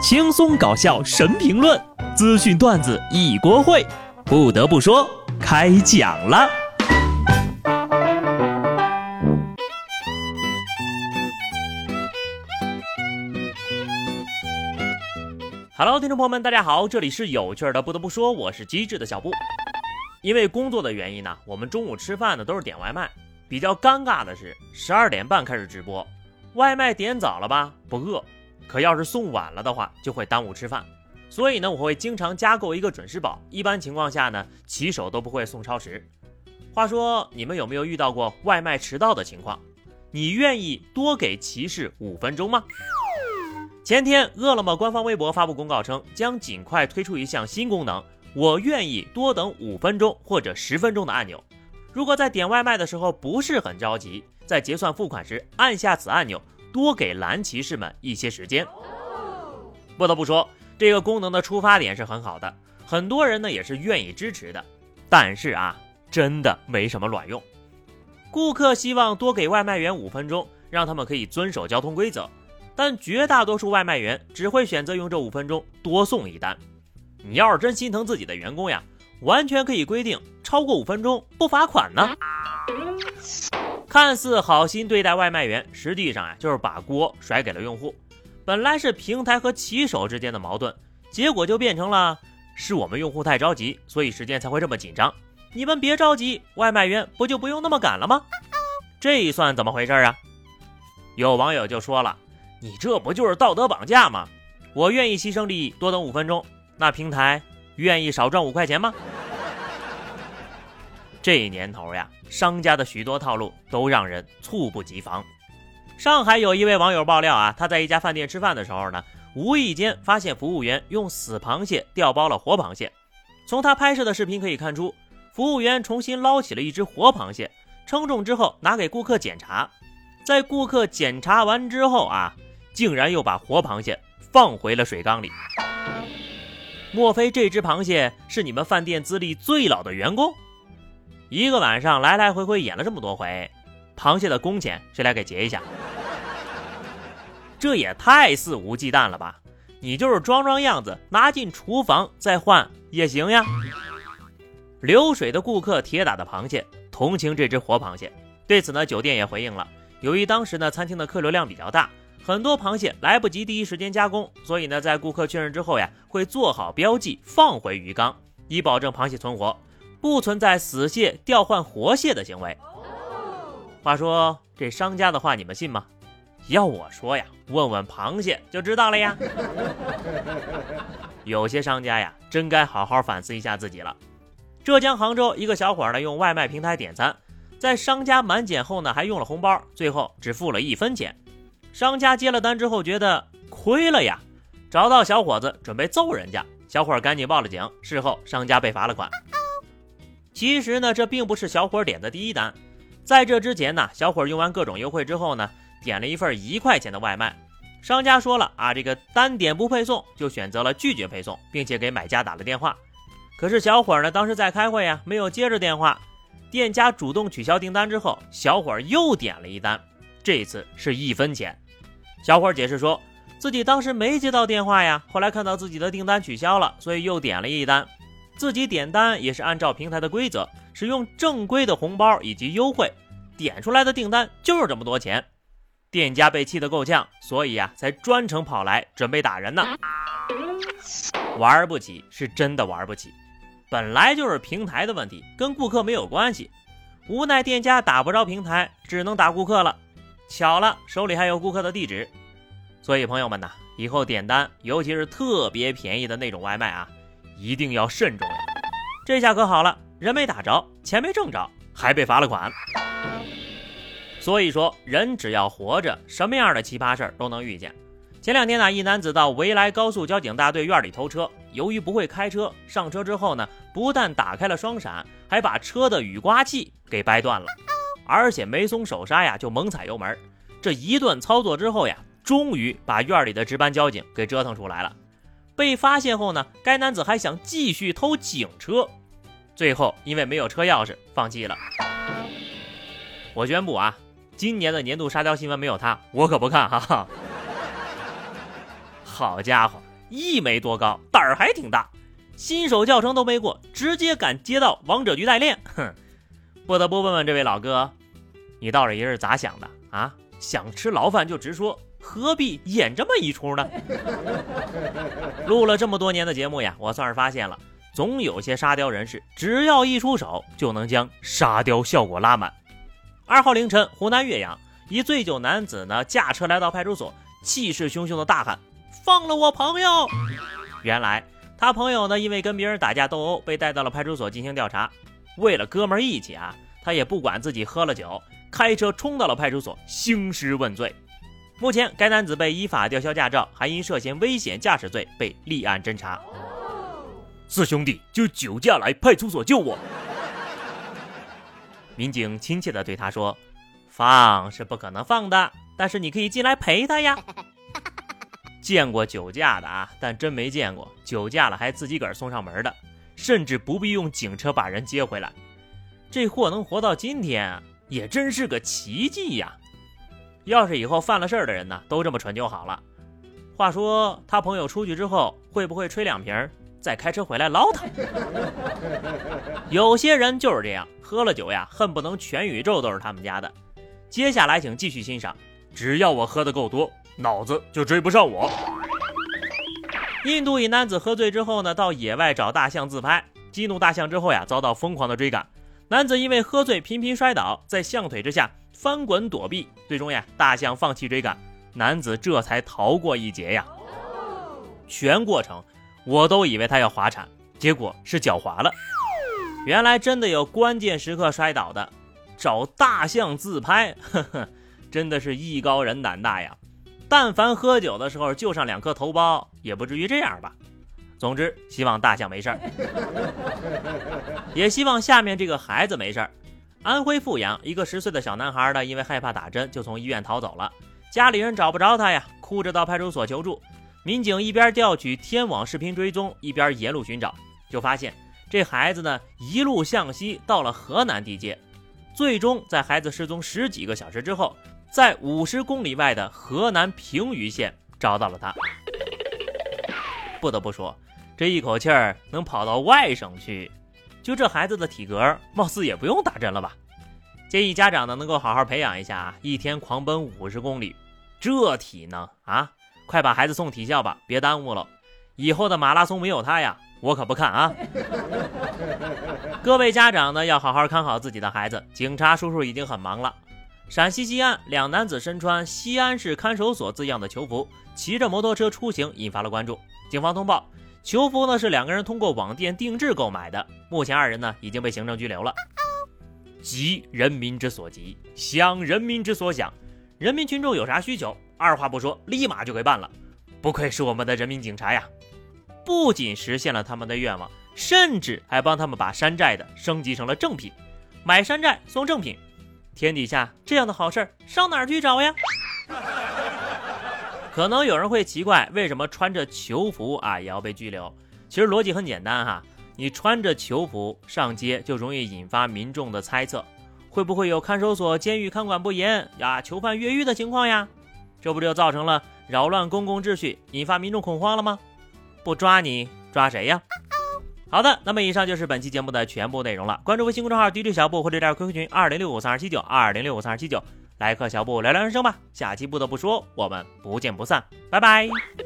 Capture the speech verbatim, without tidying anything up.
轻松搞笑神评论，资讯段子一锅烩。不得不说，开讲了。Hello， 听众朋友们，大家好，这里是有趣的。不得不说，我是机智的小布。因为工作的原因呢，我们中午吃饭呢都是点外卖。比较尴尬的是，十二点半开始直播，外卖点早了吧，不饿；可要是送晚了的话，就会耽误吃饭。所以呢，我会经常加购一个准时宝。一般情况下呢，骑手都不会送超时。话说，你们有没有遇到过外卖迟到的情况？你愿意多给骑士五分钟吗？前天，饿了么官方微博发布公告称，将尽快推出一项新功能，我愿意多等五分钟或者十分钟的按钮。如果在点外卖的时候不是很着急，在结算付款时按下此按钮，多给蓝骑士们一些时间。不得不说，这个功能的出发点是很好的，很多人呢也是愿意支持的。但是啊，真的没什么卵用。顾客希望多给外卖员五分钟，让他们可以遵守交通规则。但绝大多数外卖员只会选择用这五分钟多送一单。你要是真心疼自己的员工呀，完全可以规定超过五分钟不罚款呢。看似好心对待外卖员，实际上啊就是把锅甩给了用户。本来是平台和骑手之间的矛盾，结果就变成了是我们用户太着急，所以时间才会这么紧张。你们别着急，外卖员不就不用那么赶了吗？这算怎么回事啊？有网友就说了，你这不就是道德绑架吗？我愿意牺牲利益多等五分钟，那平台愿意少赚五块钱吗？这年头呀，商家的许多套路都让人猝不及防。上海有一位网友爆料啊，他在一家饭店吃饭的时候呢，无意间发现服务员用死螃蟹调包了活螃蟹。从他拍摄的视频可以看出，服务员重新捞起了一只活螃蟹，称重之后拿给顾客检查。在顾客检查完之后啊，竟然又把活螃蟹放回了水缸里。莫非这只螃蟹是你们饭店资历最老的员工？一个晚上来来回回演了这么多回，螃蟹的工钱谁来给结一下？这也太肆无忌惮了吧！你就是装装样子，拿进厨房再换也行呀。流水的顾客铁打的螃蟹，同情这只活螃蟹。对此呢，酒店也回应了，由于当时呢餐厅的客流量比较大，很多螃蟹来不及第一时间加工，所以呢在顾客确认之后呀，会做好标记放回鱼缸，以保证螃蟹存活，不存在死蟹调换活蟹的行为。话说这商家的话你们信吗？要我说呀，问问螃蟹就知道了呀。有些商家呀，真该好好反思一下自己了。浙江杭州一个小伙呢用外卖平台点餐，在商家满减后呢还用了红包，最后只付了一分钱。商家接了单之后觉得亏了呀，找到小伙子准备揍人家，小伙赶紧报了警，事后商家被罚了款。其实呢，这并不是小伙点的第一单，在这之前呢，小伙用完各种优惠之后呢，点了一份一块钱的外卖，商家说了啊，这个单点不配送，就选择了拒绝配送，并且给买家打了电话。可是小伙呢当时在开会呀，没有接着电话，店家主动取消订单之后，小伙又点了一单，这次是一分钱。小伙解释说自己当时没接到电话呀，后来看到自己的订单取消了，所以又点了一单。自己点单也是按照平台的规则，使用正规的红包以及优惠，点出来的订单就是这么多钱。店家被气得够呛，所以啊才专程跑来准备打人呢。玩不起是真的玩不起，本来就是平台的问题，跟顾客没有关系。无奈店家打不着平台，只能打顾客了。巧了，手里还有顾客的地址。所以朋友们呐，以后点单，尤其是特别便宜的那种外卖啊，一定要慎重呀。这下可好了，人没打着，钱没挣着，还被罚了款。所以说，人只要活着，什么样的奇葩事儿都能遇见。前两天呢，一男子到维莱高速交警大队院里偷车，由于不会开车，上车之后呢，不但打开了双闪，还把车的雨刮器给掰断了，而且没松手刹呀，就猛踩油门。这一顿操作之后呀，终于把院里的值班交警给折腾出来了。被发现后呢，该男子还想继续偷警车，最后因为没有车钥匙放弃了。我宣布啊，今年的年度沙雕新闻没有他，我可不看哈哈。好家伙， 一没多高，胆儿还挺大，新手教程都没过，直接敢接到王者局代练。哼，不得不问问这位老哥，你到这一日咋想的啊？想吃牢饭就直说，何必演这么一出呢？录了这么多年的节目呀，我算是发现了，总有些沙雕人士，只要一出手就能将沙雕效果拉满。二号凌晨，湖南岳阳，一醉酒男子呢驾车来到派出所，气势汹汹的大喊：“放了我朋友！”原来他朋友呢因为跟别人打架斗殴，被带到了派出所进行调查。为了哥们儿义气啊，他也不管自己喝了酒，开车冲到了派出所兴师问罪。目前该男子被依法吊销驾照，还因涉嫌危险驾驶罪被立案侦查。四兄弟就酒驾来派出所救我。民警亲切地对他说：“放是不可能放的，但是你可以进来陪他呀。”见过酒驾的啊，但真没见过酒驾了还自己个儿送上门的，甚至不必用警车把人接回来。这货能活到今天啊，也真是个奇迹呀！要是以后犯了事儿的人呢，都这么蠢就好了。话说他朋友出去之后，会不会吹两瓶再开车回来捞他？有些人就是这样，喝了酒呀，恨不能全宇宙都是他们家的。接下来请继续欣赏，只要我喝得够多，脑子就追不上我。印度一男子喝醉之后呢，到野外找大象自拍，激怒大象之后呀，遭到疯狂的追赶。男子因为喝醉频频摔倒，在象腿之下翻滚躲避，最终呀，大象放弃追赶，男子这才逃过一劫呀。全过程我都以为他要滑铲，结果是脚滑了。原来真的有关键时刻摔倒的，找大象自拍，呵呵，真的是艺高人胆大呀。但凡喝酒的时候就上两颗头孢，也不至于这样吧。总之希望大象没事儿，也希望下面这个孩子没事儿。安徽阜阳一个十岁的小男孩呢，因为害怕打针就从医院逃走了，家里人找不着他呀，哭着到派出所求助。民警一边调取天网视频追踪，一边沿路寻找，就发现这孩子呢一路向西到了河南地界，最终在孩子失踪十几个小时之后，在五十公里外的河南平舆县找到了他。不得不说，这一口气儿能跑到外省去，就这孩子的体格，貌似也不用打针了吧？建议家长呢能够好好培养一下，一天狂奔五十公里，这体能啊！快把孩子送体校吧，别耽误了。以后的马拉松没有他呀，我可不看啊！各位家长呢，要好好看好自己的孩子。警察叔叔已经很忙了。陕西西安两男子身穿西安市看守所字样的囚服，骑着摩托车出行，引发了关注。警方通报，囚服呢是两个人通过网店定制购买的，目前二人呢已经被行政拘留了。急人民之所急，想人民之所想，人民群众有啥需求，二话不说立马就给办了。不愧是我们的人民警察呀，不仅实现了他们的愿望，甚至还帮他们把山寨的升级成了正品，买山寨送正品。天底下这样的好事上哪儿去找呀？可能有人会奇怪，为什么穿着囚服啊也要被拘留？其实逻辑很简单哈，你穿着囚服上街就容易引发民众的猜测，会不会有看守所、监狱看管不严呀、囚犯越狱的情况呀？这不就造成了扰乱公共秩序，引发民众恐慌了吗？不抓你抓谁呀？好的，那么以上就是本期节目的全部内容了。关注微信公众号 D J 小布或者加 Q Q 群二零六五三二七九二零六五三二七九，来和小布聊聊人生吧。下期不得不说，我们不见不散，拜拜。